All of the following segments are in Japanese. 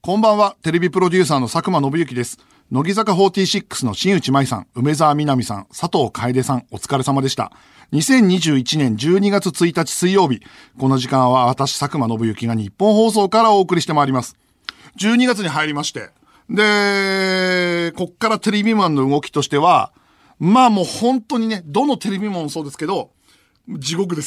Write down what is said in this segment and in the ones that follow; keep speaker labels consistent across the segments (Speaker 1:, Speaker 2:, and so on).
Speaker 1: こんばんは、テレビプロデューサーの佐久間信之です。乃木坂46の新内舞さん、梅澤美波さん、佐藤楓さん、お疲れ様でした。2021年12月1日水曜日、この時間は私佐久間信之が日本放送からお送りしてまいります。12月に入りまして、で、こっからテレビマンの動きとしては、まあもう本当にね、どのテレビマンもそうですけど、地獄です。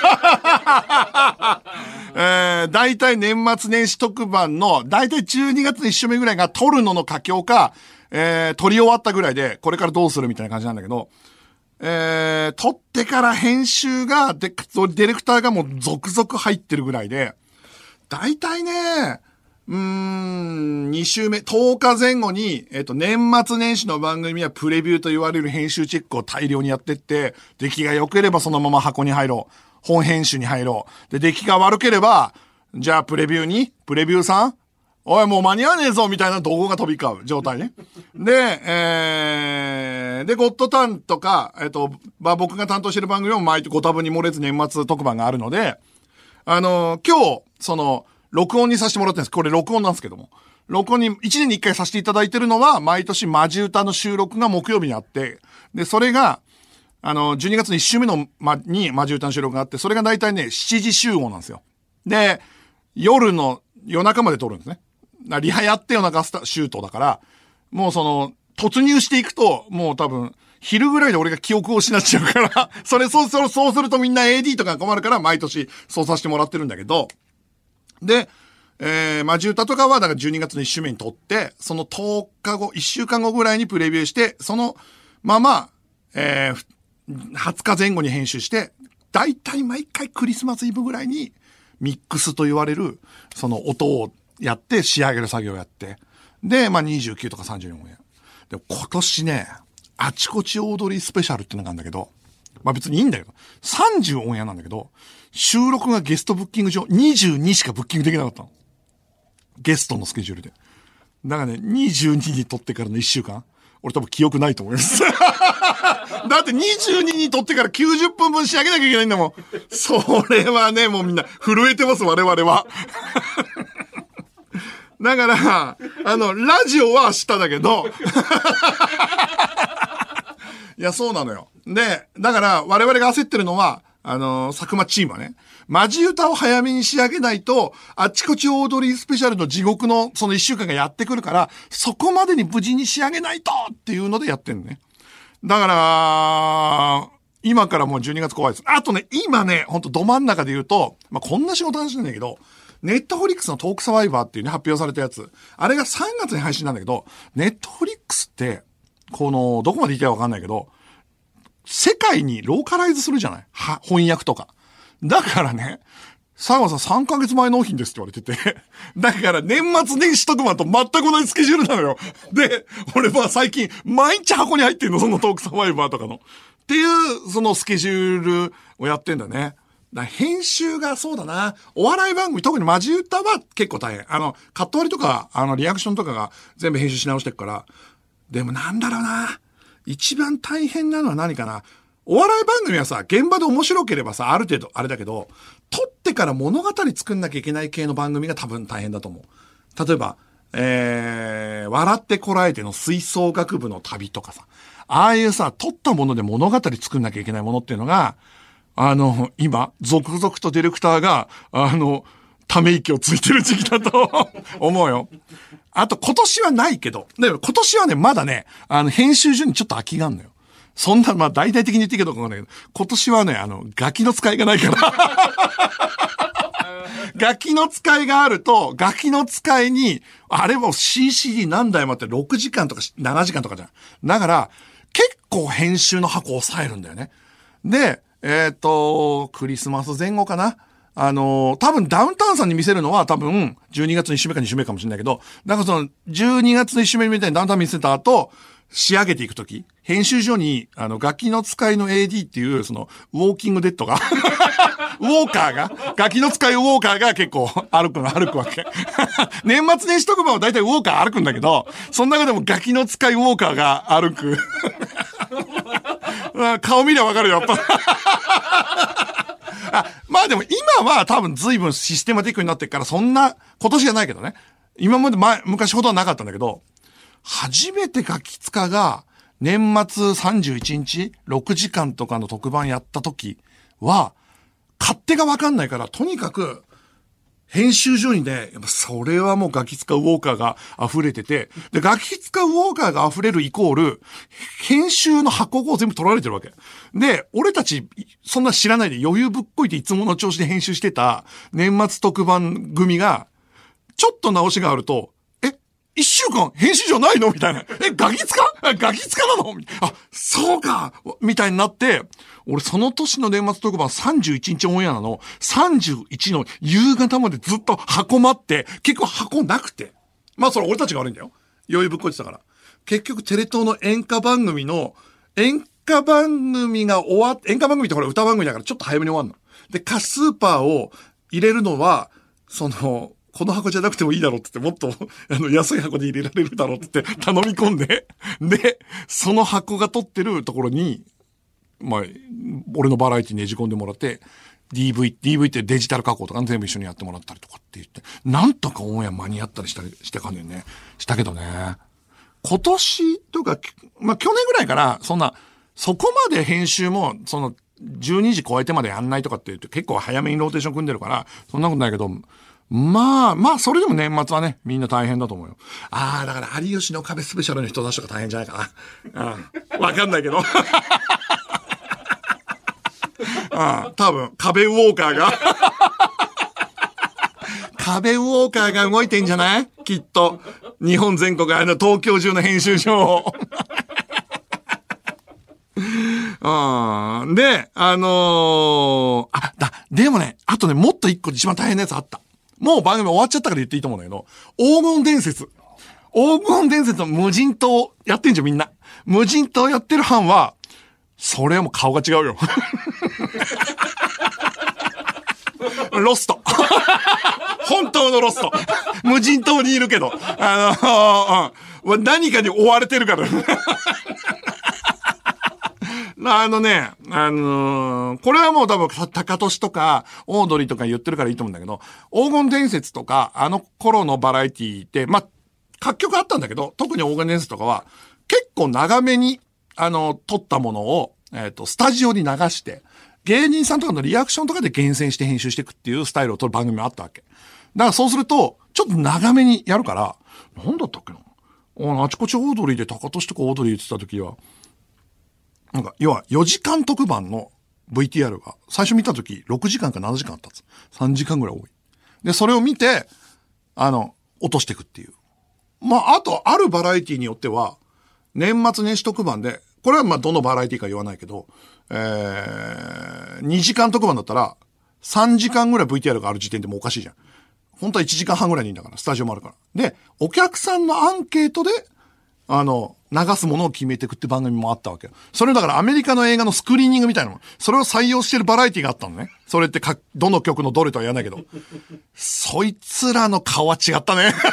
Speaker 1: だいたい年末年始特番の、だいたい12月の1週目ぐらいが撮るのの佳境か、撮り終わったぐらいで、これからどうするみたいな感じなんだけど、撮ってから編集が、ディレクターがもう続々入ってるぐらいで、だいたいね、2週目、10日前後に、年末年始の番組はプレビューと言われる編集チェックを大量にやってって、出来が良ければそのまま箱に入ろう。本編集に入ろう。で、出来が悪ければ、じゃあプレビューさんおい、もう間に合わねえぞみたいな動画が飛び交う状態ね。で、ゴッドタンとか、僕が担当してる番組もご多分に漏れず年末特番があるので、今日、録音にさせてもらってるんです。これ録音なんですけども。録音に1年に1回させていただいてるのは、毎年マジ歌の収録が木曜日にあって、で、それが、12月の1週目にマジ歌の収録があって、それがだいたいね、7時集合なんですよ。で、夜中まで撮るんですね。リハやって夜中シュートだから、もう突入していくと、もう多分、昼ぐらいで俺が記憶を失っちゃうから、そうするとみんな AD とか困るから、毎年そうさせてもらってるんだけど、で、マジ歌とかは、だから12月の1週目に撮って、その10日後、1週間後ぐらいにプレビューして、そのまま、20日前後に編集して、だいたい毎回クリスマスイブぐらいに、ミックスと言われる、その音をやって、仕上げる作業をやって、で、29とか34オンエア。で、今年ね、あちこちオードリースペシャルってのがあるんだけど、別にいいんだけど、30オンエアなんだけど、収録がゲストブッキング上22しかブッキングできなかったの。ゲストのスケジュールで。だからね、22に撮ってからの1週間、俺多分記憶ないと思います。だって22に撮ってから90分分仕上げなきゃいけないんだもん。それはね、もうみんな震えてます、我々は。だから、ラジオは明日だけど、いや、そうなのよ。で、だから我々が焦ってるのは、佐久間チームはね、マジ歌を早めに仕上げないと、あっちこちオードリースペシャルの地獄のその1週間がやってくるから、そこまでに無事に仕上げないとっていうのでやってんのね。だから、今からもう12月怖いです。あとね、今ね、ほんとど真ん中で言うと、こんな仕事話なんだけど、ネットフリックスのトークサバイバーっていうね、発表されたやつ。あれが3月に配信なんだけど、ネットフリックスって、どこまで言いたいかわかんないけど、世界にローカライズするじゃない？翻訳とか。だからね、佐賀さん3ヶ月前納品ですって言われてて。だから年末年始特番と全く同じスケジュールなのよ。で、俺は最近毎日箱に入ってんの、そのトークサバイバーとかの。っていう、そのスケジュールをやってんだね。編集がそうだな。お笑い番組、特にマジ歌は結構大変。カット割りとか、リアクションとかが全部編集し直してるから。でもなんだろうな。一番大変なのは何かな。お笑い番組はさ、現場で面白ければさ、ある程度あれだけど、撮ってから物語作んなきゃいけない系の番組が多分大変だと思う。例えば、笑ってこらえての吹奏楽部の旅とかさ、ああいうさ、撮ったもので物語作んなきゃいけないものっていうのが、今、続々とディレクターが、ため息をついてる時期だと思うよ。あと今年はないけど、でも今年はね、まだね、編集所にちょっと空きがあるのよ。そんな、大々的に言っていいけどわかんないけど、今年はね、ガキの使いがないから。ガキの使いがあると、ガキの使いに、あれも CCD 何台もあって6時間とか7時間とかじゃん。だから、結構編集の箱を抑えるんだよね。で、クリスマス前後かな。多分ダウンタウンさんに見せるのは多分12月の1週目か2週目かもしれないけど、なんか12月の1週目みたいにダウンタウン見せた後、仕上げていくとき、編集所に、ガキの使いの AD っていう、ウォーキングデッドが、ウォーカーが、ガキの使いウォーカーが結構歩くわけ。年末年始特番は大体ウォーカー歩くんだけど、その中でもガキの使いウォーカーが歩く。顔見りゃわかるよ、やっぱ。でも今は多分随分システマティックになってるから、そんな、今年じゃないけどね。 今まで昔ほどはなかったんだけど、初めてガキツカが年末31日6時間とかの特番やった時は、勝手がわかんないから、とにかく、編集所にね、やっぱそれはもうガキツカウォーカーが溢れてて、で、ガキツカウォーカーが溢れるイコール、編集の箱を全部取られてるわけ。で、俺たち、そんな知らないで余裕ぶっこいていつもの調子で編集してた年末特番組が、ちょっと直しがあると、一週間編集所ないのみたいな。ガキツカなのあ、そうかみたいになって、俺その年の年末特番31日オンエアなの、31の夕方までずっと箱待って、結局箱なくて。まあそれ俺たちが悪いんだよ。余裕ぶっこいてたから。結局テレ東の演歌番組が終わって、演歌番組ってほら歌番組だからちょっと早めに終わんの。で、スーパーを入れるのは、この箱じゃなくてもいいだろうって言って、もっと、安い箱で入れられるだろうって言って頼み込んで、で、その箱が取ってるところに、まあ、俺のバラエティねじ込んでもらって、DV ってデジタル加工とか全部一緒にやってもらったりとかって言って、なんとかオンエア間に合ったりしてかんねんね。したけどね。今年とか、まあ去年ぐらいから、そこまで編集も、12時超えてまでやんないとかって言って、結構早めにローテーション組んでるから、そんなことないけど、まあ、それでも年末はね、みんな大変だと思うよ。だから有吉の壁スペシャルの人たちとか大変じゃないかな。わかんないけど。多分、壁ウォーカーが。壁ウォーカーが動いてんじゃないきっと。日本全国、東京中の編集所を。で、でもね、あとね、もっと一個一番大変なやつあった。もう番組終わっちゃったから言っていいと思うんだけど、黄金伝説の無人島やってんじゃんみんな。無人島やってる班は、それはもう顔が違うよ。ロスト。本当のロスト。無人島にいるけど、何かに追われてるから。これはもう多分、高俊とか、オードリーとか言ってるからいいと思うんだけど、黄金伝説とか、あの頃のバラエティって、まあ、各局あったんだけど、特に黄金伝説とかは、結構長めに、撮ったものを、スタジオに流して、芸人さんとかのリアクションとかで厳選して編集していくっていうスタイルを撮る番組もあったわけ。だからそうすると、ちょっと長めにやるから、なんだったっけな。あちこちオードリーで高俊とかオードリー言ってた時は、なんか、要は4時間特番の VTR が、最初見た時6時間か7時間あったんです。3時間ぐらい多い。で、それを見て、落としていくっていう。まあ、あと、あるバラエティによっては、年末年始特番で、これはまあ、どのバラエティか言わないけど、2時間特番だったら、3時間ぐらい VTR がある時点でもうおかしいじゃん。本当は1時間半ぐらいでいいんだから、スタジオもあるから。で、お客さんのアンケートで、流すものを決めていくって番組もあったわけよ。それだからアメリカの映画のスクリーニングみたいなの。それを採用してるバラエティがあったのね。それってどの曲のどれとは言わないけど。そいつらの顔は違ったね。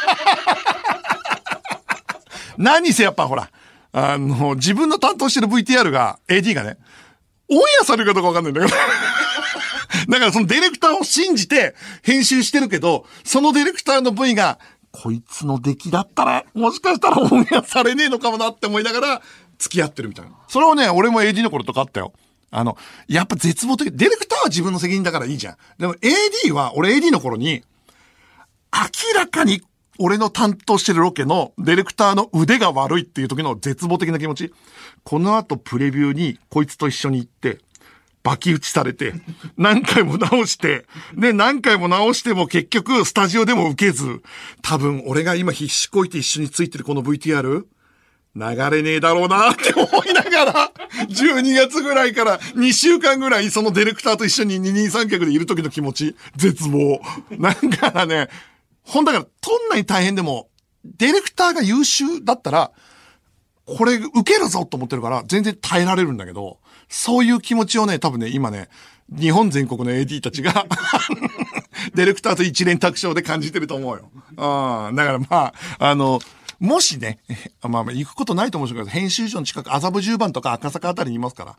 Speaker 1: 何せやっぱほら、自分の担当してる VTR が、AD がね、オンエアされるかどうかわかんないんだけど。だからそのディレクターを信じて編集してるけど、そのディレクターの V が、こいつの出来だったら、もしかしたらオンエアされねえのかもなって思いながら、付き合ってるみたいな。それをね、俺も AD の頃とかあったよ。やっぱ絶望的。ディレクターは自分の責任だからいいじゃん。でも AD は、俺 AD の頃に、明らかに俺の担当してるロケのディレクターの腕が悪いっていう時の絶望的な気持ち。この後プレビューにこいつと一緒に行って、バキ打ちされて、何回も直して、で、何回も直しても結局スタジオでも受けず、多分俺が今必死こいて一緒についてるこの VTR、流れねえだろうなって思いながら、12月ぐらいから2週間ぐらいそのディレクターと一緒に二人三脚でいる時の気持ち、絶望。なんかね、だから、どんなに大変でも、ディレクターが優秀だったら、これ受けるぞと思ってるから、全然耐えられるんだけど、そういう気持ちをね、多分ね、今ね、日本全国の AD たちが、ディレクターと一連卓勝で感じてると思うよ。だからまあ、もしね、まあ行くことないと思うんですけど、編集所の近く、麻布十番とか赤坂あたりにいますから、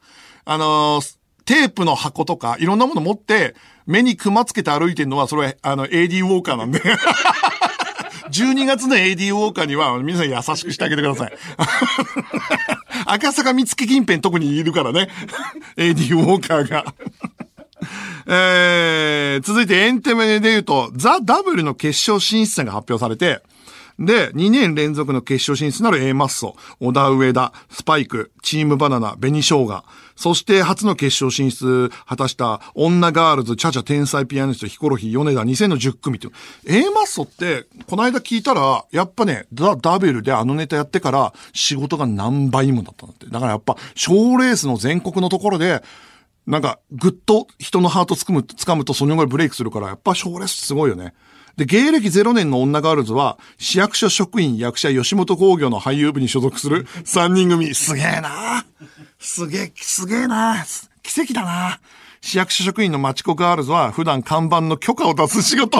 Speaker 1: テープの箱とか、いろんなもの持って、目にクマつけて歩いてるのは、それは、AD ウォーカーなんで。 12月の AD ウォーカーには皆さん優しくしてあげてください。赤坂見附近辺特にいるからね。AD ウォーカーが。続いてエンタメで言うと、ザ・ダブルの決勝進出者が発表されて、で、2年連続の決勝進出なる A マッソ、小田上田、スパイク、チームバナナ、紅生姜、そして初の決勝進出果たした女ガールズ、チャチャ天才ピアニスト、ヒコロヒー、米田2000の10組っていう。A マッソって、この間聞いたら、やっぱね、ザ・ダブルであのネタやってから仕事が何倍もだったんだって。だからやっぱ、賞レースの全国のところで、なんか、ぐっと人のハート掴むとそのぐらいブレイクするから、やっぱ賞レースすごいよね。で、芸歴0年の女ガールズは、市役所職員、役者、吉本興業の俳優部に所属する3人組。すげえなすげえな奇跡だな市役所職員のマチコガールズは、普段看板の許可を出す仕事。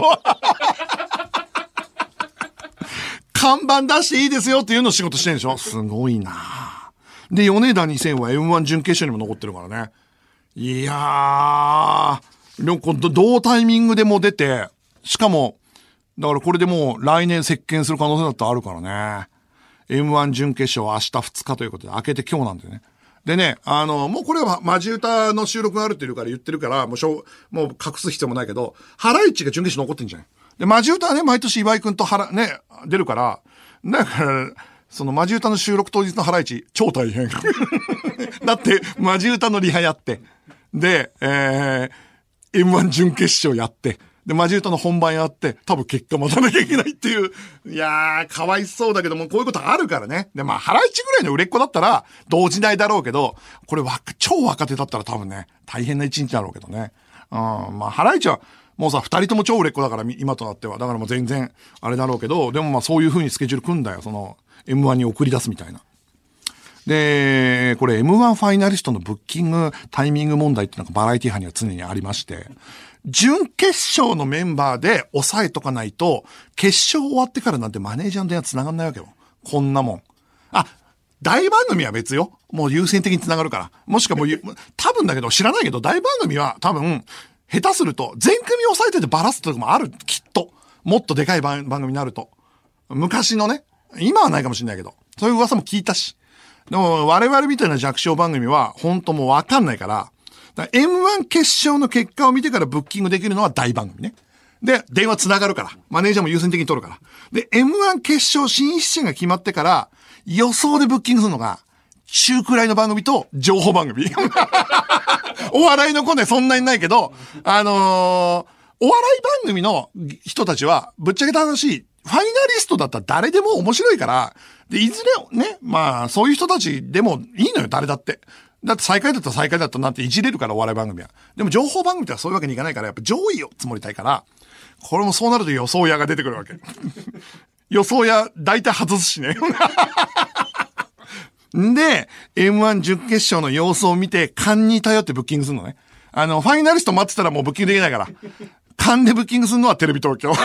Speaker 1: 看板出していいですよっていうのを仕事してるんでしょ。すごいなで、米田2000は M1 準決勝にも残ってるからね。いやー、でも同タイミングでも出て、しかも、だからこれでもう来年席巻する可能性だってあるからね。M1 準決勝は明日2日ということで、明けて今日なんだよね。でね、もうこれはマジ歌の収録があるっていうから言ってるから、もう隠す必要もないけど、ハライチが準決勝残ってんじゃん。で、マジ歌はね、毎年岩井くんと出るから、だから、そのマジ歌の収録当日のハライチ、超大変。だって、マジ歌のリハやって、で、M1 準決勝やって、で、マジ歌の本番やって、多分結果待たなきゃいけないっていう。いやー、かわいそうだけども、こういうことあるからね。で、まあ、ハライチぐらいの売れっ子だったら、動じないだろうけど、これ超若手だったら多分ね、大変な一日だろうけどね。まあ、ハライチは、もうさ、二人とも超売れっ子だから、今となっては。だからもう全然、あれだろうけど、でもまあ、そういう風にスケジュール組んだよ。その、M1 に送り出すみたいな。で、これ M1 ファイナリストのブッキングタイミング問題ってなんかバラエティ班には常にありまして、準決勝のメンバーで抑えとかないと、決勝終わってからなんてマネージャーの電話繋がんないわけよ。こんなもん。大番組は別よ。もう優先的に繋がるから。もしかも多分だけど、知らないけど、大番組は多分、下手すると、全組抑えててバラすとかもある、きっと。もっとでかい番組になると。昔のね、今はないかもしれないけど、そういう噂も聞いたし。でも、我々みたいな弱小番組は、本当もうわかんないから、M1 決勝の結果を見てからブッキングできるのは大番組ね。で、電話繋がるから。マネージャーも優先的に取るから。で、M1 決勝進出者が決まってから、予想でブッキングするのが、中くらいの番組と情報番組。お笑いの子ね、そんなにないけど、お笑い番組の人たちは、ぶっちゃけた話、ファイナリストだったら誰でも面白いから、で、いずれね、まあ、そういう人たちでもいいのよ、誰だって。だって最下位だったら最下位だったなんていじれるから、お笑い番組は。でも情報番組ってそういうわけにいかないから、やっぱ上位を積もりたいから、これもそうなると予想屋が出てくるわけ。予想屋、大体外すしね。で、M1 準決勝の様子を見て、勘に頼ってブッキングするのね。ファイナリスト待ってたらもうブッキングできないから。勘でブッキングするのはテレビ東京。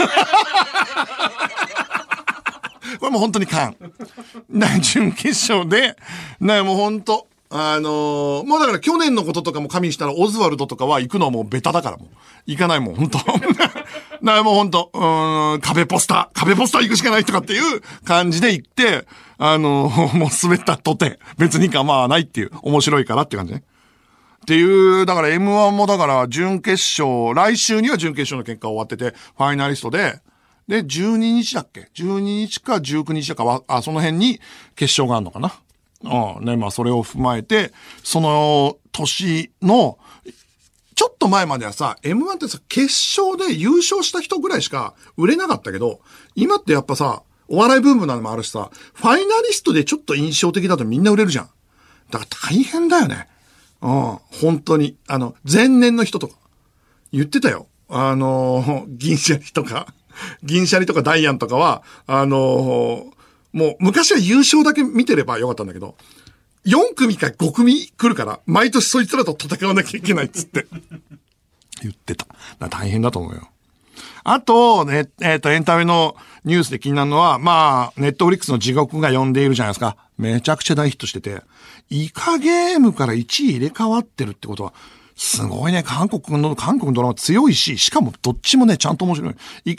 Speaker 1: これもう本当に勘。準決勝で、もう本当もうだから去年のこととかも加味したらオズワルドとかは行くのはもうベタだからもう。行かないもん、本当もう本当壁ポスター行くしかないとかっていう感じで行って、もう滑ったとて、別に構わないっていう、面白いからっていう感じね。っていう、だから M1 もだから準決勝、来週には準決勝の結果終わってて、ファイナリストで、で、12日だっけ ?12 日か19日だかは、その辺に決勝があるのかな。まあそれを踏まえて、その年の、ちょっと前まではさ、M1 ってさ、決勝で優勝した人ぐらいしか売れなかったけど、今ってやっぱさ、お笑いブームなのもあるしさ、ファイナリストでちょっと印象的だとみんな売れるじゃん。だから大変だよね。本当に。前年の人とか、言ってたよ。銀シャリとかダイアンとかは、もう昔は優勝だけ見てればよかったんだけど、4組か5組来るから、毎年そいつらと戦わなきゃいけないっつって。言ってた。大変だと思うよ。あと、ね、エンタメのニュースで気になるのは、まあ、ネットフリックスの地獄が呼んでいるじゃないですか。めちゃくちゃ大ヒットしてて、イカゲームから1位入れ替わってるってことは、すごいね。韓国のドラマ強いし、しかもどっちもね、ちゃんと面白い。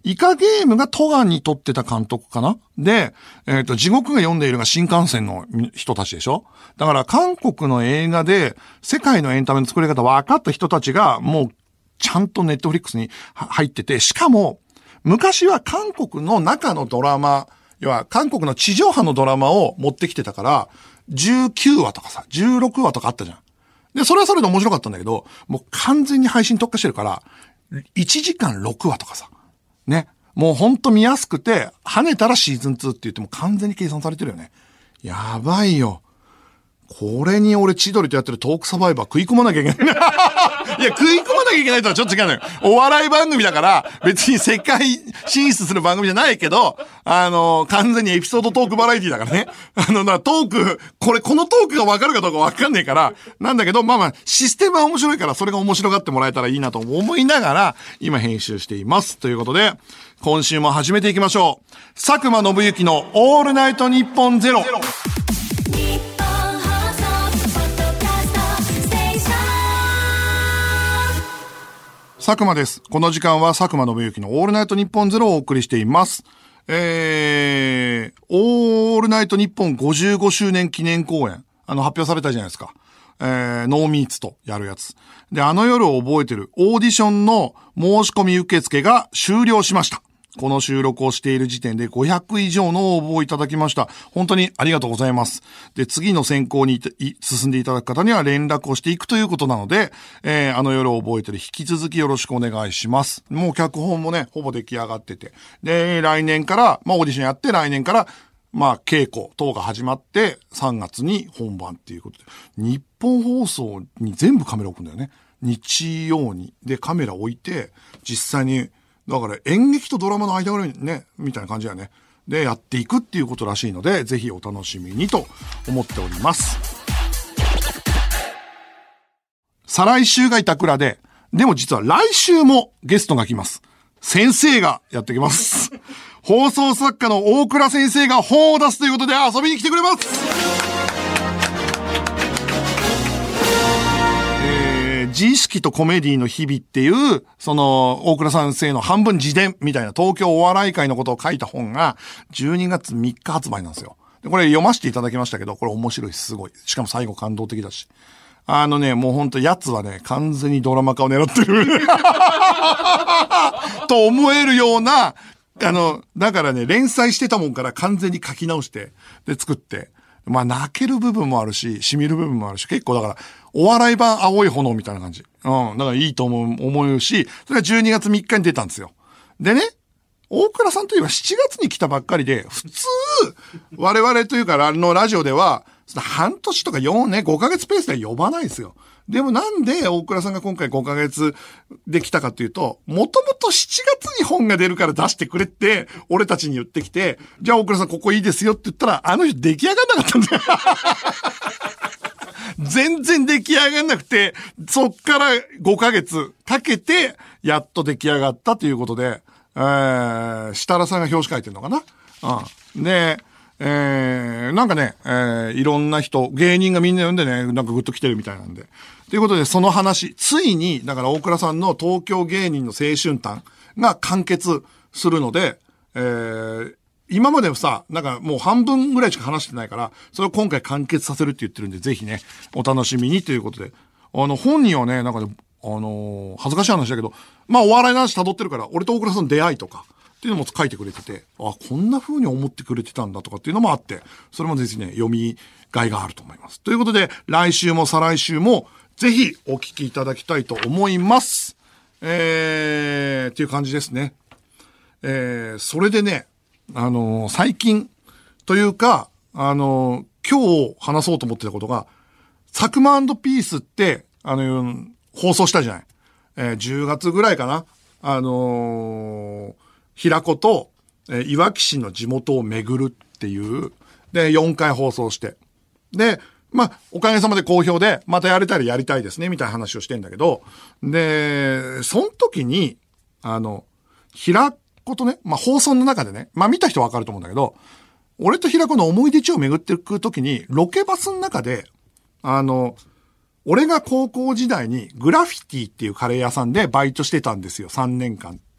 Speaker 1: イカゲームがトガに撮ってた監督かなで、地獄が読んでいるが新幹線の人たちでしょ。だから韓国の映画で世界のエンタメの作り方分かった人たちがもうちゃんとネットフリックスに入ってて、しかも昔は韓国の中のドラマ、要は韓国の地上波のドラマを持ってきてたから、19話とかさ、16話とかあったじゃん。で、それはそれで面白かったんだけど、もう完全に配信特化してるから、1時間6話とかさ。ね。もうほんと見やすくて、跳ねたらシーズン2って言っても完全に計算されてるよね。やばいよ。これに俺千鳥とやってるトークサバイバー食い込まなきゃいけない。いや、食い込まなきゃいけないとはちょっと違うのよ。お笑い番組だから、別に世界進出する番組じゃないけど、完全にエピソードトークバラエティだからね。だからトーク、このトークがわかるかどうかわかんないから、なんだけど、まあ、システムは面白いから、それが面白がってもらえたらいいなと思いながら、今編集しています。ということで、今週も始めていきましょう。佐久間信之のオールナイトニッポンゼロ。佐久間です。この時間は佐久間信之のオールナイトニッポンゼロをお送りしています。オールナイトニッポン55周年記念公演。発表されたじゃないですか。ノーミーツとやるやつ。で、あの夜を覚えてるオーディションの申し込み受付が終了しました。この収録をしている時点で500以上の応募をいただきました。本当にありがとうございます。で、次の選考に進んでいただく方には連絡をしていくということなので、あの夜を覚えてる引き続きよろしくお願いします。もう脚本もね、ほぼ出来上がってて。で、来年から、オーディションやって来年から、稽古等が始まって、3月に本番っていうことで。日本放送に全部カメラ置くんだよね。日曜に。で、カメラ置いて、実際に、だから演劇とドラマの間ぐらいね、みたいな感じだよね。で、やっていくっていうことらしいので、ぜひお楽しみにと思っております。再来週が板倉で、でも実は来週もゲストが来ます。先生がやってきます。放送作家の大倉先生が本を出すということで遊びに来てくれます。自意識とコメディの日々っていう、大倉先生の半分自伝みたいな東京お笑い界のことを書いた本が12月3日発売なんですよ。で、これ読ませていただきましたけど、これ面白い、すごい。しかも最後感動的だし。もうほんと奴はね、完全にドラマ化を狙ってる。と思えるような、だからね、連載してたもんから完全に書き直して、で、作って、泣ける部分もあるし、染みる部分もあるし、結構だから、お笑い版青い炎みたいな感じ。だからいいと思うし、それは12月3日に出たんですよ。でね、大倉さんといえば7月に来たばっかりで、普通、我々というか、ラジオでは、半年とか5ヶ月ペースでは呼ばないですよ。でもなんで大倉さんが今回5ヶ月で来たかっていうと、もともと7月に本が出るから出してくれって、俺たちに言ってきて、じゃあ大倉さんここいいですよって言ったら、あの人出来上がんなかったんだよ。全然出来上がんなくて、そっから5ヶ月かけて、やっと出来上がったということで、設楽さんが表紙書いてるのかな。で、なんかね、いろんな人、芸人がみんな読んでね、なんかグッと来てるみたいなんで。ということで、その話、ついに、だから大倉さんの東京芸人の青春譚が完結するので、今までさ、なんかもう半分ぐらいしか話してないから、それを今回完結させるって言ってるんで、ぜひね、お楽しみにということで。本人はね、なんかね、恥ずかしい話だけど、お笑いの話辿ってるから、俺と大倉さんの出会いとか、っていうのも書いてくれてて、こんな風に思ってくれてたんだとかっていうのもあって、それもぜひね、読みがいがあると思います。ということで、来週も再来週も、ぜひお聞きいただきたいと思います。っていう感じですね。それでね、最近、というか、今日話そうと思ってたことが、佐久間&ピースって、放送したじゃない。10月ぐらいかな。平子と、いわき市の地元を巡るっていう、で、4回放送して。で、おかげさまで好評で、またやれたらやりたいですね、みたいな話をしてんだけど、で、その時に、平子とね、放送の中でね、見た人わかると思うんだけど、俺と平子の思い出地を巡っていく時に、ロケバスの中で、俺が高校時代にグラフィティっていうカレー屋さんでバイトしてたんですよ、3年間って。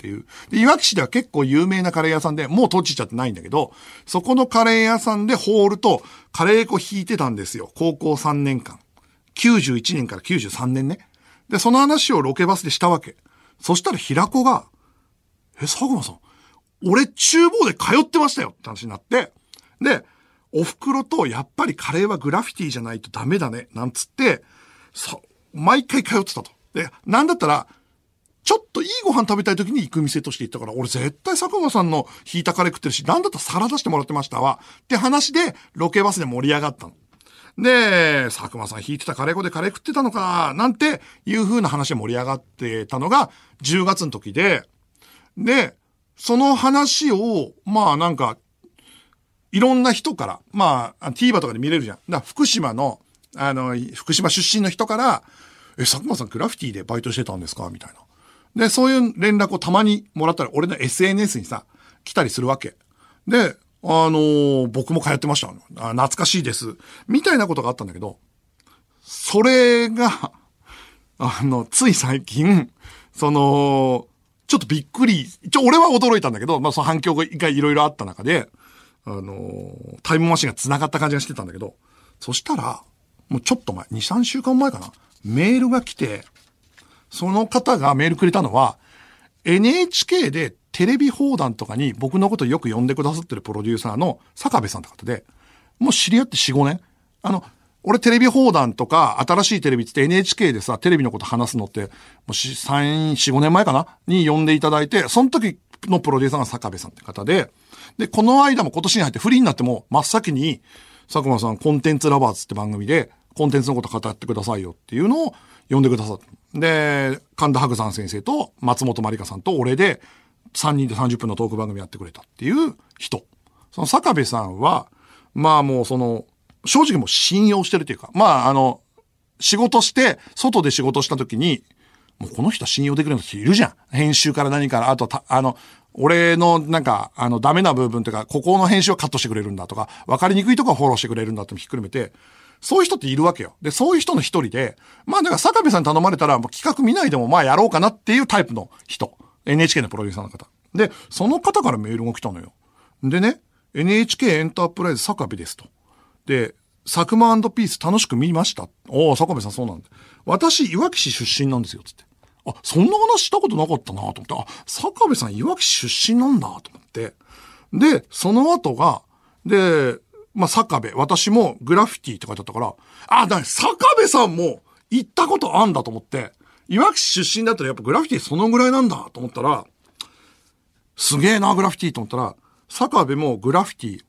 Speaker 1: っていう。で、いわき市では結構有名なカレー屋さんで、もう閉じちゃってないんだけど、そこのカレー屋さんでホールとカレー粉引いてたんですよ。高校3年間。91年から93年ね。で、その話をロケバスでしたわけ。そしたら平子が、佐久間さん、俺厨房で通ってましたよって話になって、で、お袋とやっぱりカレーはグラフィティじゃないとダメだね、なんつって、毎回通ってたと。で、なんだったら、ちょっといいご飯食べたい時に行く店として行ったから、俺絶対佐久間さんの引いたカレー食ってるし、なんだったら皿出してもらってましたわ。って話で、ロケバスで盛り上がったの。で、佐久間さん引いてたカレー粉でカレー食ってたのか、なんていう風な話で盛り上がってたのが10月の時で、で、その話を、まあなんか、いろんな人から、まあ、TVer とかで見れるじゃん。だから福島の、福島出身の人から、佐久間さんグラフィティでバイトしてたんですかみたいな。で、そういう連絡をたまにもらったら、俺の SNS にさ、来たりするわけ。で、僕も通ってました。懐かしいです。みたいなことがあったんだけど、それが、つい最近、ちょっとびっくり、俺は驚いたんだけど、まあ、その反響がいろいろあった中で、タイムマシンが繋がった感じがしてたんだけど、そしたら、もうちょっと前、2、3週間前かな、メールが来て、その方がメールくれたのは、NHK でテレビ放談とかに僕のことをよく呼んでくださってるプロデューサーの坂部さんって方で、もう知り合って4、5年。俺テレビ放談とか新しいテレビって NHK でさ、テレビのこと話すのって、もう3、4、5年前かなに呼んでいただいて、その時のプロデューサーが坂部さんって方で、で、この間も今年に入ってフリーになっても真っ先に、佐久間さんコンテンツラバーズって番組で、コンテンツのこと語ってくださいよっていうのを呼んでくださった。で、神田伯山先生と松本まりかさんと俺で3人で30分のトーク番組やってくれたっていう人。その坂部さんは、まあもう正直もう信用してるというか、まあ仕事して、外で仕事した時に、もうこの人は信用できる人いるじゃん。編集から何から、あと俺のなんか、ダメな部分というか、ここの編集をカットしてくれるんだとか、わかりにくいところをフォローしてくれるんだってひっくるめて、そういう人っているわけよ。で、そういう人の一人で、まあだから坂部さんに頼まれたら、もう企画見ないでもまあやろうかなっていうタイプの人。NHK のプロデューサーの方。で、その方からメールが来たのよ。でね、NHK エンタープライズ坂部ですと。で、佐久間&ピース楽しく見ました。おー、坂部さんそうなんだ。私、いわき市出身なんですよ、つって。あ、そんな話したことなかったなと思って、あ、坂部さんいわき市出身なんだと思って。で、その後が、で、まあ、坂部、私もグラフィティって書いてあったから、あ、坂部さんも行ったことあんだと思って、いわき市出身だったらやっぱグラフィティそのぐらいなんだと思ったら、すげえな、グラフィティと思ったら、坂部もグラフィティ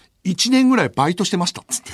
Speaker 1: 1年ぐらいバイトしてました、つって。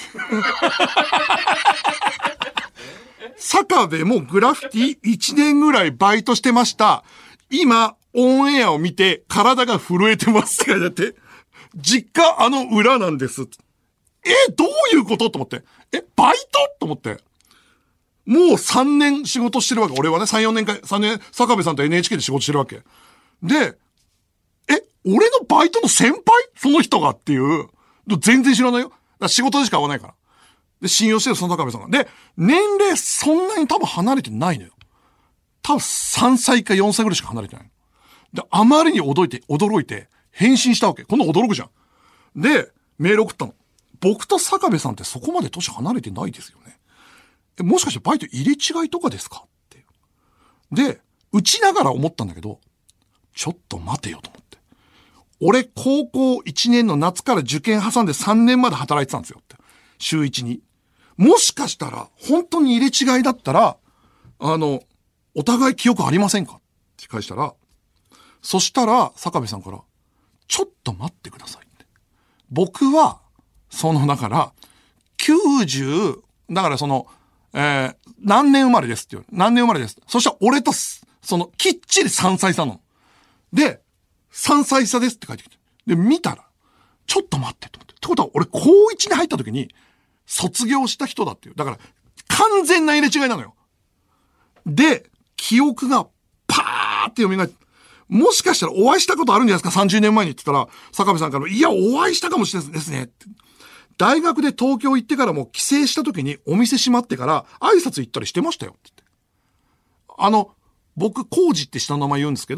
Speaker 1: 坂部もグラフィティ1年ぐらいバイトしてました。今、オンエアを見て体が震えてますってだって。実家裏なんです。どういうことと思って。バイトと思って。もう3年仕事してるわけ。俺はね、3、4年か、3年、坂部さんと NHK で仕事してるわけ。で、俺のバイトの先輩その人がっていう。全然知らないよ。仕事でしか会わないから。で、信用してるその坂部さんが。で、年齢そんなに多分離れてないのよ。多分3歳か4歳ぐらいしか離れてないの。で、あまりに驚いて、返信したわけ。こんな驚くじゃん。で、メール送ったの。僕と坂部さんってそこまで年離れてないですよね。もしかしてバイト入れ違いとかですかって。で、打ちながら思ったんだけど、ちょっと待てよと思って。俺、高校1年の夏から受験挟んで3年まで働いてたんですよって。週1に。もしかしたら、本当に入れ違いだったら、お互い記憶ありませんかって返したら、そしたら、坂部さんから、ちょっと待ってくださいって。僕は、だから、90、だから何年生まれですって言う。何年生まれです。そしたら俺と、きっちり3歳差なの。で、3歳差ですって書いてきて。で、見たら、ちょっと待ってと思って。ってことは、俺高1に入った時に、卒業した人だっていう。だから、完全な入れ違いなのよ。で、記憶がパーって蘇って、もしかしたらお会いしたことあるんじゃないですか ?30 年前にって言ったら、坂部さんから、いや、お会いしたかもしれないですね。って大学で東京行ってからも帰省した時にお店閉まってから挨拶行ったりしてましたよ。って言って。僕、コウジって下の名前言うんですけど、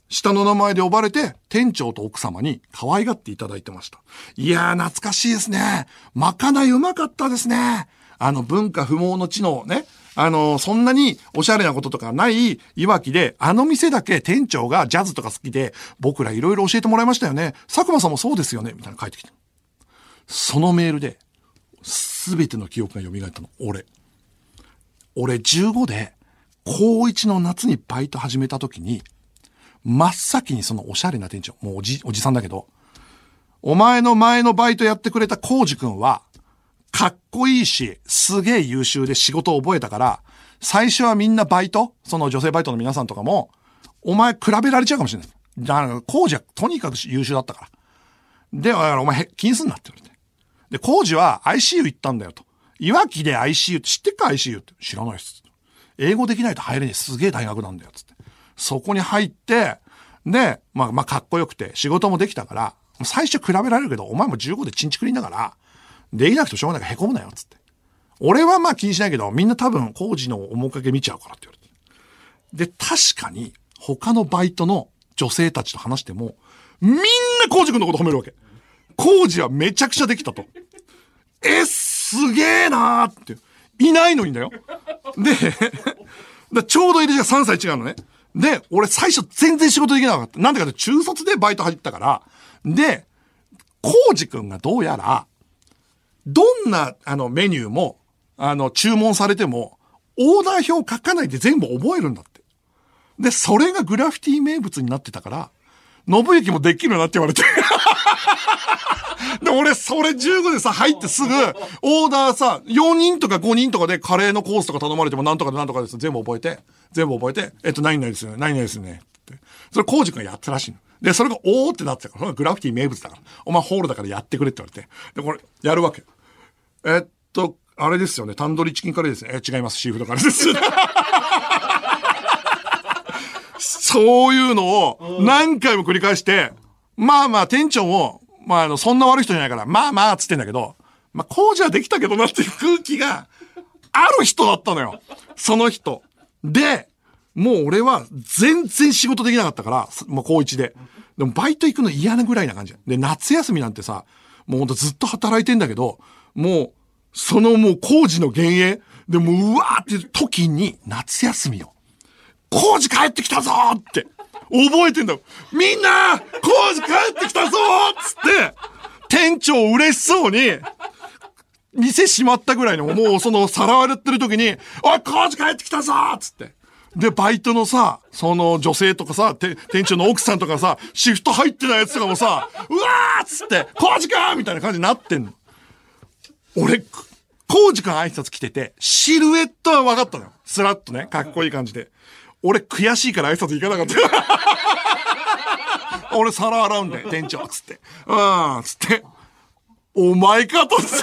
Speaker 1: 下の名前で呼ばれて、店長と奥様に可愛がっていただいてました。いやー、懐かしいですね。まかないうまかったですね。文化不毛の地のね、そんなにおしゃれなこととかないいわきで、店だけ店長がジャズとか好きで、僕らいろいろ教えてもらいましたよね。佐久間さんもそうですよね。みたいなの書いてきた。そのメールで、すべての記憶が蘇ったの。俺15で、高1の夏にバイト始めた時に、真っ先にそのおしゃれな店長、もうおじさんだけど、お前の前のバイトやってくれたコウジ君は、かっこいいし、すげえ優秀で仕事を覚えたから、最初はみんなバイト、その女性バイトの皆さんとかも、お前比べられちゃうかもしれない。だから、コウジはとにかく優秀だったから。で、お前気にすんなって言われて。で、コウジは ICU 行ったんだよと。いわきで ICU って知ってっか ICU って。知らないっす。英語できないと入れねえすげえ大学なんだよ。つって。そこに入って、で、まあ、かっこよくて、仕事もできたから、最初比べられるけど、お前も15でチンチクリンだから、できなくてしょうがないから凹むなよ。つって。俺はまあ気にしないけど、みんな多分、工事の面影見ちゃうからって言われて。で、確かに、他のバイトの女性たちと話しても、みんな工事君のこと褒めるわけ。工事はめちゃくちゃできたと。すげえなーって。いないのにだよ。で、ちょうど入りが3歳違うのね。で、俺最初全然仕事できなかった。なんでかって中卒でバイト入ったから。で、コウジ君がどうやら、どんなメニューも、注文されても、オーダー表書かないで全部覚えるんだって。で、それがグラフィティ名物になってたから、信行もできるなって言われて。で、俺、それ15でさ、入ってすぐ、オーダーさ、4人とか5人とかでカレーのコースとか頼まれてもなんとかでなんとかです。全部覚えて、何々ですよね、何々ですよね。って。それ、コウジ君がやったらしいの。で、それがおーってなってたから、それがグラフィティ名物だから。お前ホールだからやってくれって言われて。で、これ、やるわけ。あれですよね、タンドリーチキンカレーですね。違います、シーフードカレーです。そういうのを何回も繰り返して、まあ店長も、そんな悪い人じゃないから、つってんだけど、工事はできたけどなっていう空気がある人だったのよ。その人。で、もう俺は全然仕事できなかったから、もう高1で。でもバイト行くの嫌なぐらいな感じ。で、夏休みなんてさ、もうほんとずっと働いてんだけど、もう工事の幻影でもうわーって時に夏休みよ。工事帰ってきたぞーって覚えてんだよ。みんな工事帰ってきたぞーっつって店長嬉しそうに店閉まったぐらいのもうその皿洗ってる時におい工事帰ってきたぞーっつってでバイトのさその女性とかさ店長の奥さんとかさシフト入ってないやつとかもさうわーっつって工事かーみたいな感じになってんの。俺工事か挨拶来ててシルエットは分かったのよ。スラッとねかっこいい感じで。俺悔しいから挨拶行かなかった。俺皿洗うんで、店長、つって。つって。お前かと、つって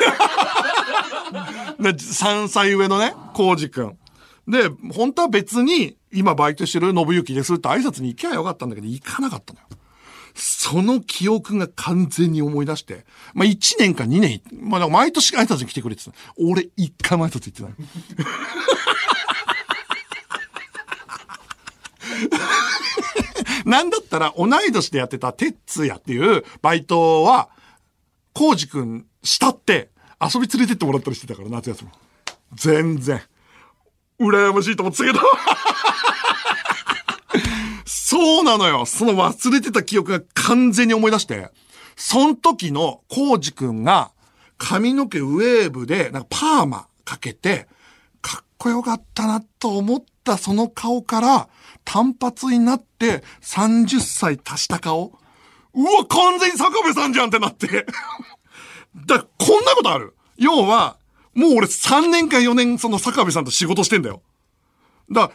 Speaker 1: 。3歳上のね、コウジくん。で、本当は別に、今バイトしてる信行ですって挨拶に行きゃよかったんだけど、行かなかったのよ。その記憶が完全に思い出して、1年か2年、毎年挨拶に来てくれてた。俺1回も挨拶行ってない。なんだったら同い年でやってたテッツヤっていうバイトは、コウジくん慕って遊び連れてってもらったりしてたから夏休み。全然。羨ましいと思ってたけど。そうなのよ。その忘れてた記憶が完全に思い出して、その時のコウジくんが髪の毛ウェーブでなんかパーマかけて、かっこよかったなと思ったその顔から単発になって30歳足した顔。うわ、完全に坂部さんじゃんってなって。だからこんなことある。要は、もう俺3年か4年その坂部さんと仕事してんだよ。だから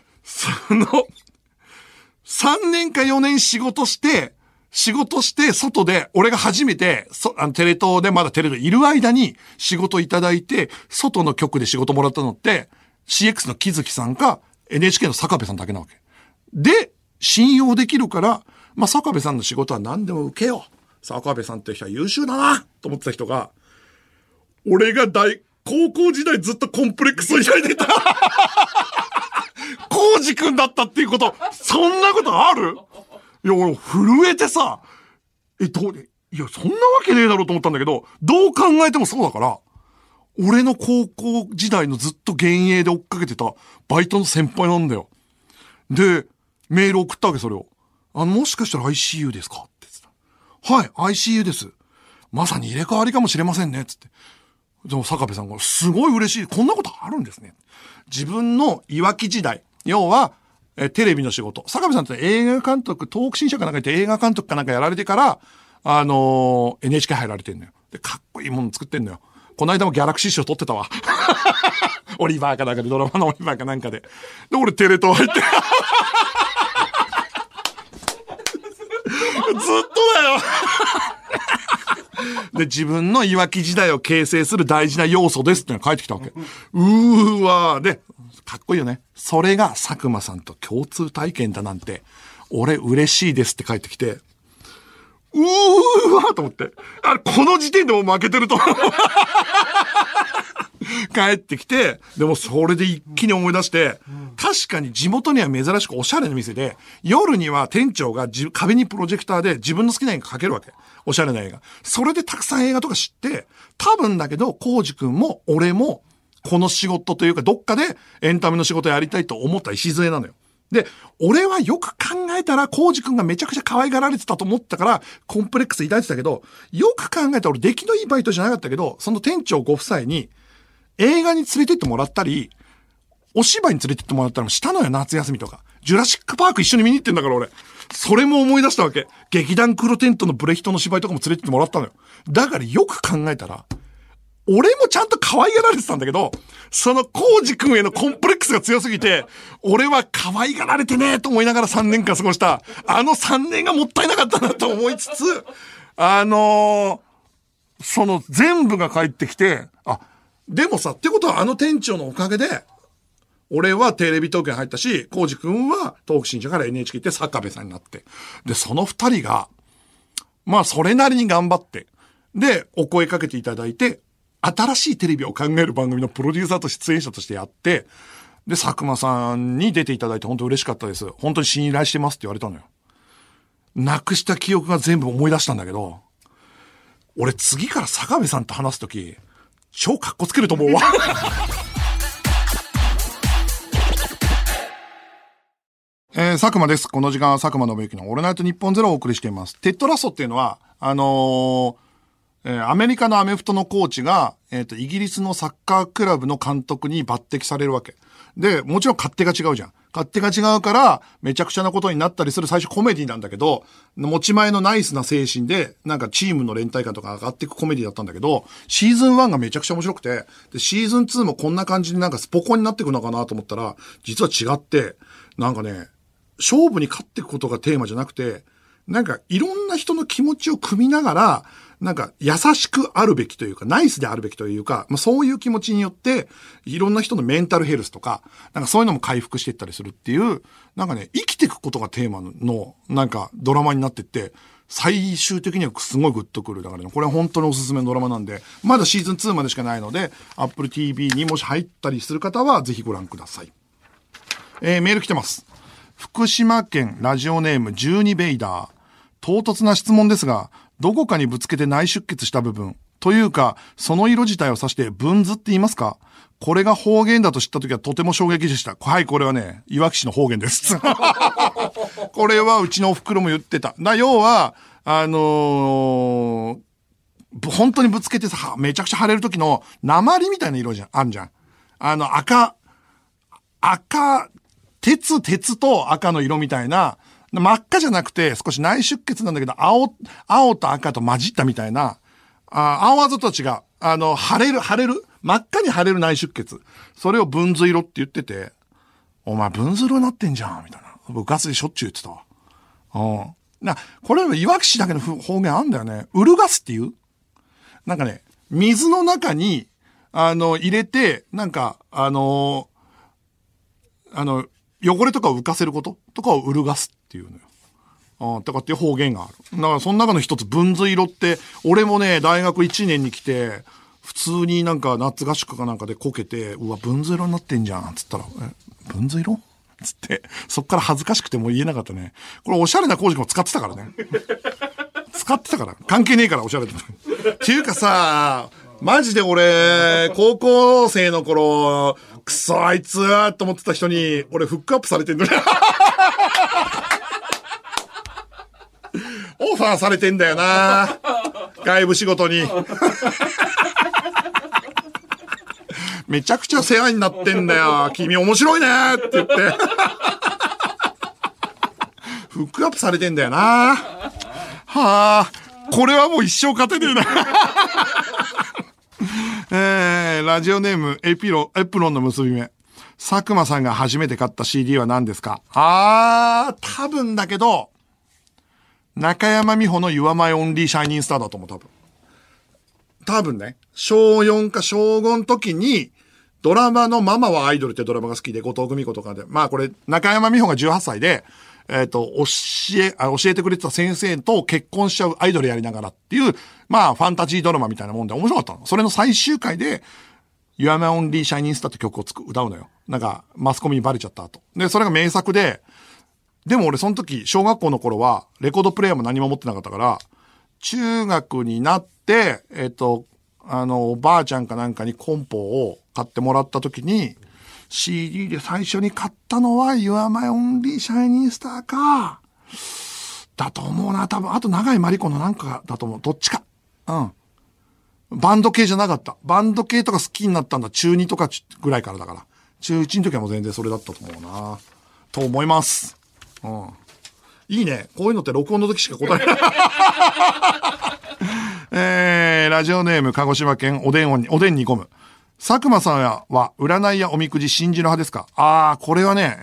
Speaker 1: 、3年か4年仕事して、外で、俺が初めて、テレ東でまだテレ東いる間に仕事いただいて、外の局で仕事もらったのって、CX の木月さんか NHK の坂部さんだけなわけ。で、信用できるから、坂部さんの仕事は何でも受けよう。坂部さんって人は優秀だなと思ってた人が、俺が高校時代ずっとコンプレックスを抱いてた。コウジ君だったっていうこと、そんなことある？ いや、俺、震えてさ、いや、そんなわけねえだろうと思ったんだけど、どう考えてもそうだから、俺の高校時代のずっと幻影で追っかけてたバイトの先輩なんだよ。で、メール送ったわけ、それを。もしかしたら ICU ですかって言ってた。はい、ICU です。まさに入れ替わりかもしれませんね、つって。でも坂部さんが、すごい嬉しい。こんなことあるんですね。自分のいわき時代、要は、テレビの仕事。坂部さんって映画監督、東北新社かなんか言って映画監督かなんかやられてから、NHK 入られてんのよ。で、かっこいいもの作ってんのよ。この間もギャラクシー賞撮ってたわ。オリバーかなんかで、ドラマのオリバーかなんかで。で、俺テレ東入って。ずっとだよ。で、自分のいわき時代を形成する大事な要素ですってのが返ってきたわけ。で、かっこいいよね。それが佐久間さんと共通体験だなんて、俺嬉しいですって返ってきて、と思って。この時点でもう負けてると。帰ってきて、でもそれで一気に思い出して、確かに地元には珍しくおしゃれな店で、夜には店長が壁にプロジェクターで自分の好きな映画かけるわけ。おしゃれな映画。それでたくさん映画とか知って、多分だけど、コウジ君も俺も、この仕事というか、どっかでエンタメの仕事やりたいと思った礎なのよ。で、俺はよく考えたら、コウジ君がめちゃくちゃ可愛がられてたと思ったから、コンプレックス抱いてたけど、よく考えたら俺出来のいいバイトじゃなかったけど、その店長ご夫妻に、映画に連れてってもらったり、お芝居に連れてってもらったりもしたのよ、夏休みとか。ジュラシックパーク一緒に見に行ってんだから俺。それも思い出したわけ。劇団黒テントのブレヒトの芝居とかも連れてってもらったのよ。だからよく考えたら、俺もちゃんと可愛がられてたんだけど、そのコウジ君へのコンプレックスが強すぎて、俺は可愛がられてねえと思いながら3年間過ごした、3年がもったいなかったなと思いつつ、その全部が返ってきて、でもさ、ってことは店長のおかげで、俺はテレビ東京に入ったし、コウジ君は東北新社から NHK 行って坂部さんになって。で、その二人が、まあそれなりに頑張って、で、お声かけていただいて、新しいテレビを考える番組のプロデューサーと出演者としてやって、で、佐久間さんに出ていただいて本当嬉しかったです。本当に信頼してますって言われたのよ。なくした記憶が全部思い出したんだけど、俺次から坂部さんと話すとき、超カッコつけると思うわ。佐久間です。この時間は佐久間信之のオールナイトニッポンゼロをお送りしています。テッドラストっていうのは、アメリカのアメフトのコーチが、イギリスのサッカークラブの監督に抜擢されるわけ。で、もちろん勝手が違うじゃん。勝手が違うから、めちゃくちゃなことになったりする最初コメディなんだけど、持ち前のナイスな精神で、なんかチームの連帯感とか上がっていくコメディだったんだけど、シーズン1がめちゃくちゃ面白くて、で、シーズン2もこんな感じでなんかスポコンになっていくのかなと思ったら、実は違って、なんかね、勝負に勝っていくことがテーマじゃなくて、なんかいろんな人の気持ちを組みながら、なんか優しくあるべきというか、ナイスであるべきというか、まあそういう気持ちによって、いろんな人のメンタルヘルスとか、なんかそういうのも回復していったりするっていう、なんかね、生きていくことがテーマの、なんかドラマになってって、最終的にはすごいグッとくる。だからね、これは本当におすすめのドラマなんで、まだシーズン2までしかないので、Apple TV にもし入ったりする方は、ぜひご覧ください。メール来てます。福島県ラジオネーム12ベイダー。唐突な質問ですが、どこかにぶつけて内出血した部分、というか、その色自体を指して分図って言いますか？これが方言だと知ったときはとても衝撃でした。はい、これはね、いわき市の方言です。これはうちのお袋も言ってた。要は、本当にぶつけてさ、めちゃくちゃ腫れる時の鉛みたいな色じゃん、あんじゃん。鉄と赤の色みたいな、真っ赤じゃなくて少し内出血なんだけど、青と赤と混じったみたいな、青あざとは違う。腫れる。真っ赤に腫れる内出血。それを分図色って言ってて、お前分図色になってんじゃん、みたいな。部活でしょっちゅう言ってたわ。これいわき市だけの方言あんだよね。うるがすっていうなんかね、水の中に、入れて、なんか、汚れとかを浮かせることとかをうるがすっていうのよ。とかっていう方言がある。だからその中の一つ、分図色って、俺もね、大学1年に来て、普通になんか夏合宿かなんかでこけて、うわ、分図色になってんじゃん、つったら、分図色ってつって、そっから恥ずかしくてもう言えなかったね。これおしゃれな工事も使ってたからね。使ってたから。関係ねえから、おしゃれで。っていうかさ、マジで俺、高校生の頃、くそあいつーと思ってた人に、俺フックアップされてんだよ。オファーされてんだよな。外部仕事に。めちゃくちゃ世話になってんだよ。君面白いねって言って。フックアップされてんだよな。はあ、これはもう一生勝てねえな。ラジオネームエプロンの結び目。佐久間さんが初めて買った CD は何ですか？多分だけど、中山美穂の You Are My Only Shining Star だと思う、多分ね。小4か小5の時に、ドラマのママはアイドルってドラマが好きで、後藤久美子とかで。まあこれ、中山美穂が18歳で、教えてくれてた先生と結婚しちゃうアイドルやりながらっていう、まあファンタジードラマみたいなもんで面白かったの。それの最終回で、You Are My Only Shining Star って曲を歌うのよ。なんか、マスコミにバレちゃった後。で、それが名作で、でも俺その時、小学校の頃は、レコードプレイヤーも何も持ってなかったから、中学になって、おばあちゃんかなんかにコンポを買ってもらった時に、CD で最初に買ったのは You Are My Only Shining Star か。だと思うな、多分。あと長井まりこのなんかだと思う。どっちか。うん。バンド系じゃなかった。バンド系とか好きになったんだ。中2とかぐらいからだから。中1の時はもう全然それだったと思うな。と思います。うん。いいね。こういうのって録音の時しか答えラジオネーム、鹿児島県おでんに込む。佐久間さんは、占いやおみくじ信じる派ですか？これはね、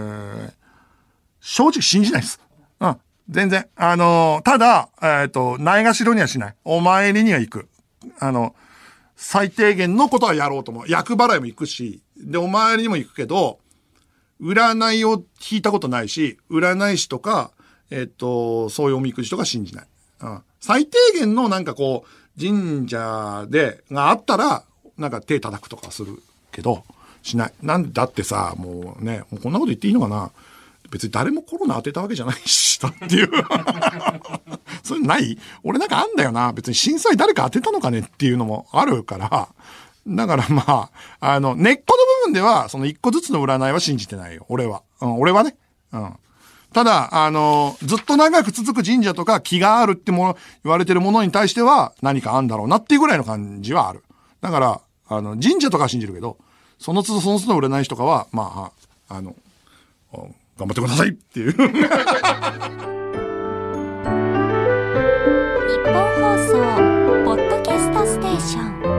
Speaker 1: 正直信じないです。うん。全然。ただ、ないがしろにはしない。お参りには行く。最低限のことはやろうと思う。厄払いも行くし、で、お参りにも行くけど、占いを引いたことないし、占い師とか、そういうおみくじとか信じない。うん。最低限のなんかこう、神社があったら、なんか手叩くとかするけど、しない。なんでだってさ、もうね、もうこんなこと言っていいのかな？別に誰もコロナ当てたわけじゃないし、だっていう。それない？俺なんかあんだよな。別に震災誰か当てたのかねっていうのもあるから。だからまあ、根っこの部分では、その一個ずつの占いは信じてないよ。俺は。うん、俺はね。うん。ただ、ずっと長く続く神社とか気があるって言われてるものに対しては何かあんだろうなっていうぐらいの感じはある。だから、神社とかは信じるけど、その都度占い師とかは、まあ、頑張ってくださいっていう。
Speaker 2: 日本放送ポッドキャストステーション。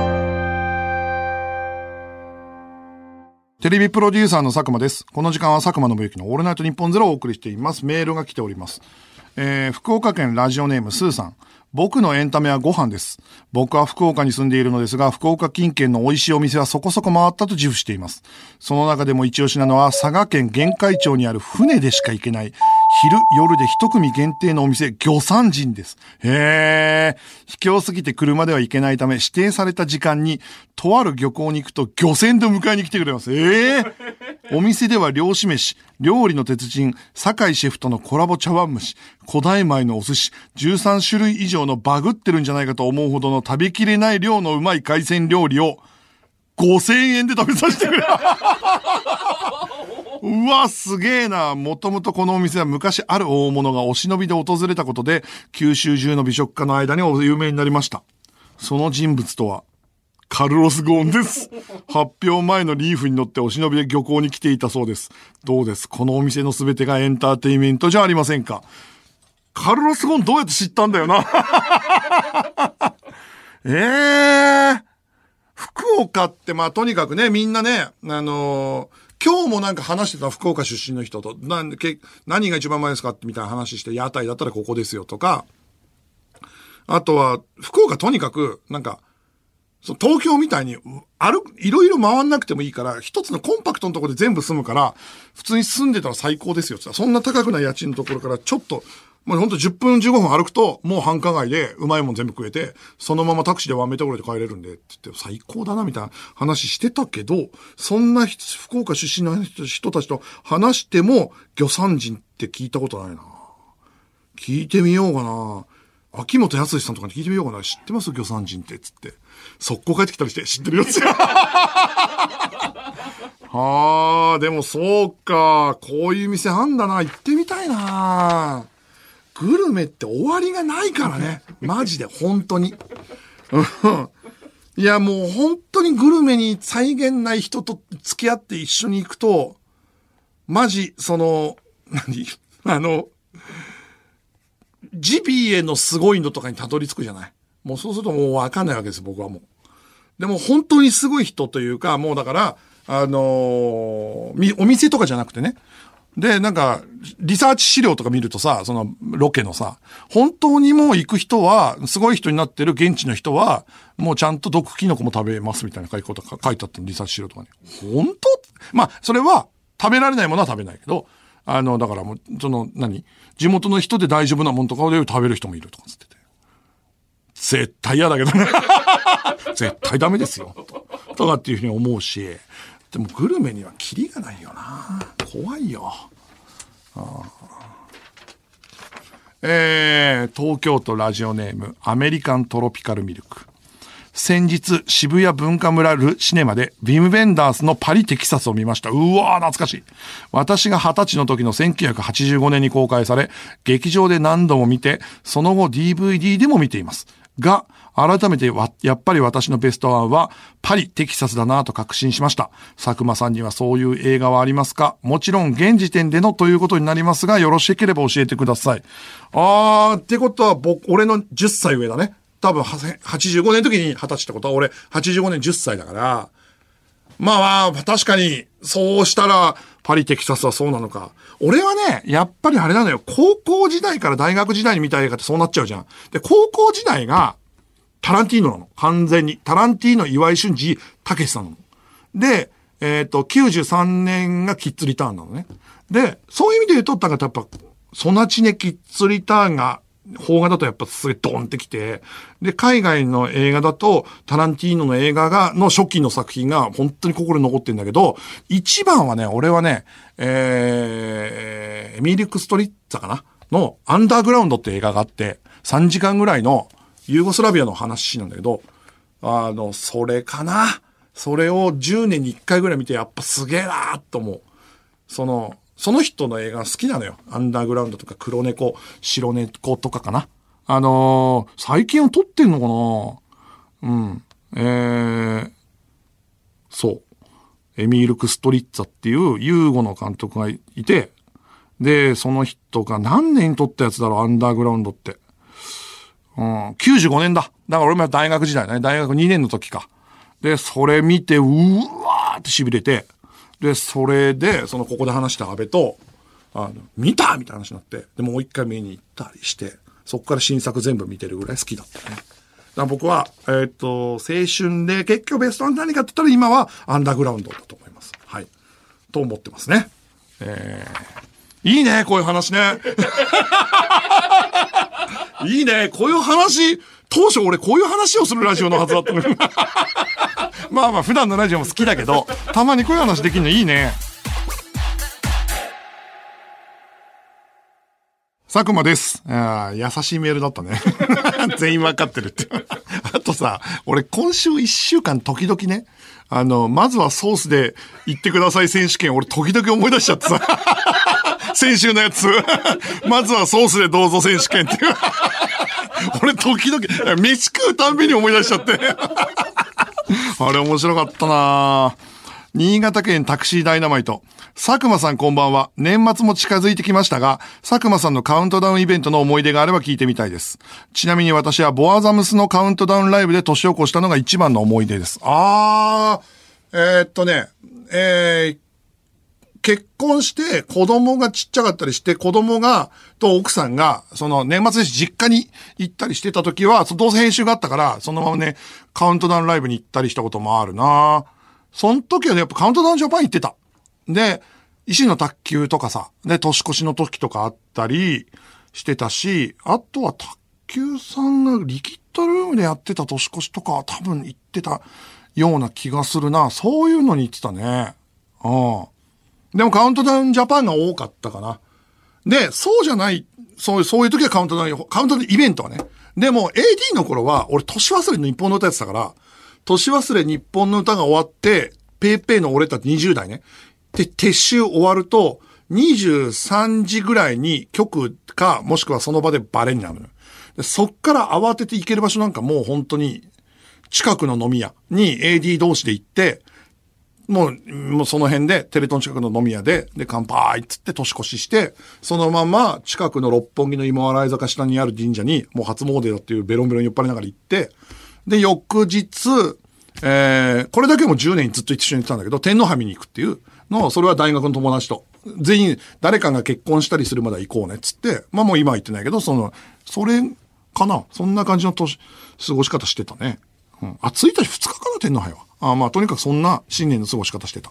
Speaker 1: テレビプロデューサーの佐久間です。この時間は佐久間信之のオールナイトニッポンゼロをお送りしています。メールが来ております。福岡県ラジオネームスーさん。僕のエンタメはご飯です。僕は福岡に住んでいるのですが、福岡近県の美味しいお店はそこそこ回ったと自負しています。その中でも一押しなのは、佐賀県玄海町にある船でしか行けない、昼、夜で一組限定のお店、魚山人です。へー。秘境すぎて車では行けないため、指定された時間に、とある漁港に行くと漁船で迎えに来てくれます。お店では漁師飯、料理の鉄人、酒井シェフとのコラボ茶碗蒸し、古代米のお寿司、13種類以上のバグってるんじゃないかと思うほどの食べきれない量のうまい海鮮料理を5000円で食べさせてくれ。うわ、すげえな。もともとこのお店は昔ある大物がお忍びで訪れたことで、九州中の美食家の間に有名になりました。その人物とは、カルロス・ゴーンです。発表前のリーフに乗ってお忍びで漁港に来ていたそうです。どうです？このお店のすべてがエンターテイメントじゃありませんか。カルロス・ゴーンどうやって知ったんだよな。福岡ってまあとにかくね、みんなね、今日もなんか話してた福岡出身の人と、何が一番前ですかってみたいな話して、屋台だったらここですよとか、あとは、福岡とにかく、なんか、東京みたいに、いろいろ回んなくてもいいから、一つのコンパクトのところで全部住むから、普通に住んでたら最高ですよ。そんな高くない家賃のところから、ちょっと、 もうほんと10分15分歩くと、もう繁華街でうまいもん全部食えて、そのままタクシーでワンメートルで帰れるんで、って言って最高だなみたいな話してたけど、そんな福岡出身の人たちと話しても、魚山人って聞いたことないな。聞いてみようかな。秋元康さんとかに聞いてみようかな。知ってます魚山人ってつって。速攻帰ってきたりして、知ってるよって。はあ、でもそうか。こういう店あんだな。行ってみたいな。グルメって終わりがないからね。マジで、本当に。いや、もう本当にグルメに再現ない人と付き合って一緒に行くと、マジ、ジビエのすごいのとかにたどり着くじゃない。もうそうするともうわかんないわけです、僕はもう。でも本当にすごい人というか、もうだから、お店とかじゃなくてね。で、なんか、リサーチ資料とか見るとさ、そのロケのさ、本当にもう行く人は、すごい人になってる現地の人は、もうちゃんと毒キノコも食べますみたいな書いてあったの、リサーチ資料とかね。本当？まあ、それは食べられないものは食べないけど、だからもう、地元の人で大丈夫なもんとかで食べる人もいるとかつってて。絶対嫌だけどね。絶対ダメですよ。とかっていうふうに思うし、でもグルメにはキリがないよな。怖いよ。東京都ラジオネームアメリカントロピカルミルク。先日渋谷文化村ルシネマでヴィム・ヴェンダースのパリテキサスを見ました。うわー懐かしい。私が20歳の時の1985年に公開され、劇場で何度も見て、その後 DVD でも見ています。が、改めてやっぱり私のベストワンはパリ、テキサスだなぁと確信しました。佐久間さんにはそういう映画はありますか？もちろん現時点でのということになりますが、よろしければ教えてください。ってことは俺の10歳上だね。多分85年の時に20歳ってことは俺85年10歳だから。まあ確かにそうしたらパリ、テキサスはそうなのか。俺はね、やっぱりあれなのよ。高校時代から大学時代に見た映画ってそうなっちゃうじゃん。で、高校時代がタランティーノなの。完全に。タランティーノ、岩井俊二、たけしさんなの。で、93年がキッズリターンなのね。で、そういう意味で言うと、やっぱ、ソナチネキッズリターンが、邦画だとやっぱすごいドーンってきて、で、海外の映画だと、タランティーノの映画の初期の作品が本当に心に残ってるんだけど、一番はね、俺はね、エミリク・ストリッツァかなの、アンダーグラウンドって映画があって、3時間ぐらいの、ユーゴスラビアの話なんだけど、それかな。それを10年に1回ぐらい見て、やっぱすげえなーと思う。その人の映画好きなのよ。アンダーグラウンドとか黒猫、白猫とかかな。最近は撮ってんのかな？そう。エミールク・ストリッツァっていうユーゴの監督がいて、で、その人が何年に撮ったやつだろう、アンダーグラウンドって。95年だ。だから俺も大学時代ね。大学2年の時か。で、それ見て、うわーって痺れて、で、それで、ここで話した安倍と、見たみたいな話になって、で、もう一回見に行ったりして、そこから新作全部見てるぐらい好きだったね。だから僕は、青春で、結局ベストワン何かって言ったら今はアンダーグラウンドだと思います。はい。と思ってますね。いいね、こういう話ね。いいね、こういう話、当初俺こういう話をするラジオのはずだったのに。まあ普段のラジオも好きだけど、たまにこういう話できるのいいね。佐久間です。優しいメールだったね。全員わかってるって。あとさ、俺今週1週間時々ね、まずはソースで言ってください選手権、俺時々思い出しちゃってさ。先週のやつ。まずはソースでどうぞ選手権っていう。俺時々、飯食うたんびに思い出しちゃって。あれ面白かったな。新潟県タクシーダイナマイト。佐久間さんこんばんは。年末も近づいてきましたが、佐久間さんのカウントダウンイベントの思い出があれば聞いてみたいです。ちなみに私はボアザムスのカウントダウンライブで年を越したのが一番の思い出です。結婚して子供がちっちゃかったりして、子供が、と奥さんが、年末年始実家に行ったりしてた時は、どうせ編集があったから、そのままね、カウントダウンライブに行ったりしたこともあるな。その時はね、やっぱカウントダウンジャパン行ってた。で、石の卓球とかさ、で、年越しの時とかあったりしてたし、あとは卓球さんがリキッドルームでやってた年越しとかは多分行ってたような気がするな。そういうのに行ってたね。でもカウントダウンジャパンが多かったかな。で、そうじゃない、そういう時はカウントダウンイベントはね。でも AD の頃は、俺年忘れの日本の歌やってたから、年忘れ日本の歌が終わって、ペイペイの俺たち20代ね。で、撤収終わると、23時ぐらいに局か、もしくはその場でバレになるのよ。でそっから慌てて行ける場所なんかもう本当に、近くの飲み屋に AD 同士で行って、もうその辺で、テレ東近くの飲み屋で、乾杯っつって年越しして、そのまま近くの六本木の芋洗坂下にある神社に、もう初詣だっていうベロンベロン酔っ払いながら行って、で、翌日、これだけも10年ずっと一緒に行ってたんだけど、天皇拝見に行くっていうのを、それは大学の友達と、全員、誰かが結婚したりするまで行こうねっつって、まあもう今は行ってないけど、それかな、そんな感じの過ごし方してたね。うん。1日2日かな、天皇杯は。まあ、とにかくそんな新年の過ごし方してた。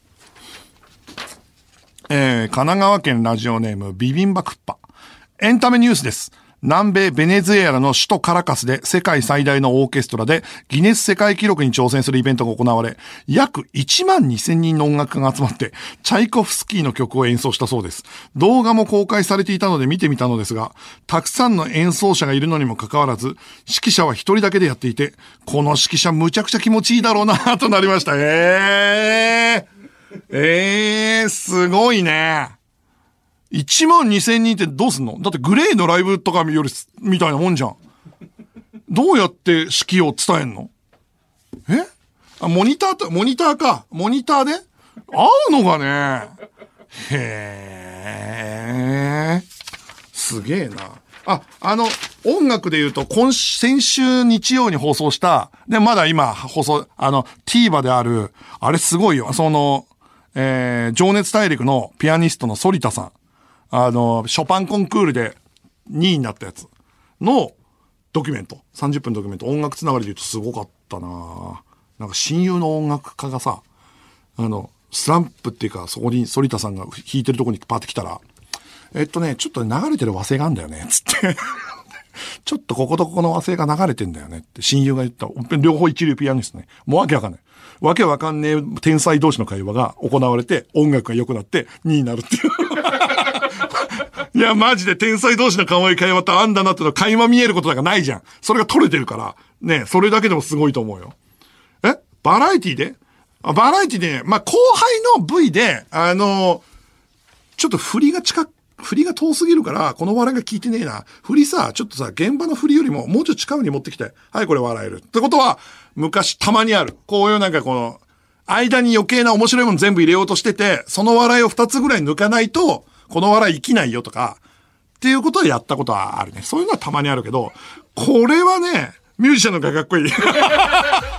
Speaker 1: 神奈川県ラジオネーム、ビビンバクッパ。エンタメニュースです。南米ベネズエラの首都カラカスで世界最大のオーケストラでギネス世界記録に挑戦するイベントが行われ、約12,000人の音楽家が集まってチャイコフスキーの曲を演奏したそうです。動画も公開されていたので見てみたのですが、たくさんの演奏者がいるのにもかかわらず、指揮者は一人だけでやっていて、この指揮者むちゃくちゃ気持ちいいだろうなとなりました。すごいね。12,000人ってどうすんの？だってグレーのライブとかより、みたいなもんじゃん。どうやって指揮を伝えんの？モニターか。モニターで合うのがね。すげえな。音楽で言うと、先週日曜に放送した、で、まだ今放送、TVer である、あれすごいよ。情熱大陸のピアニストの反田さん。ショパンコンクールで2位になったやつのドキュメント。30分ドキュメント。音楽つながりで言うとすごかったな。なんか親友の音楽家がさ、スランプっていうか、そこに反田さんが弾いてるとこにパーって来たら、ちょっと流れてる和声があんだよね、つって。ちょっとこことここの和声が流れてんだよねって親友が言った。両方一流ピアニストね。もうわけわかんない。わけわかんねえ天才同士の会話が行われて、音楽が良くなって2位になるっていう。いや、マジで天才同士の会話ってあんだなっての垣間見えることなんかないじゃん。それが取れてるから。ね、それだけでもすごいと思うよ。バラエティで、まあ、後輩の V で、ちょっと振りが遠すぎるから、この笑いが効いてねえな。振りさ、ちょっとさ、現場の振りよりももうちょっと近くに持ってきて、はい、これ笑える。ってことは、昔たまにある。こういうなんかこの、間に余計な面白いもの全部入れようとしてて、その笑いを2つぐらい抜かないと、この笑い生きないよとか、っていうことでやったことはあるね。そういうのはたまにあるけど、これはね、ミュージシャンの方がかっこいい。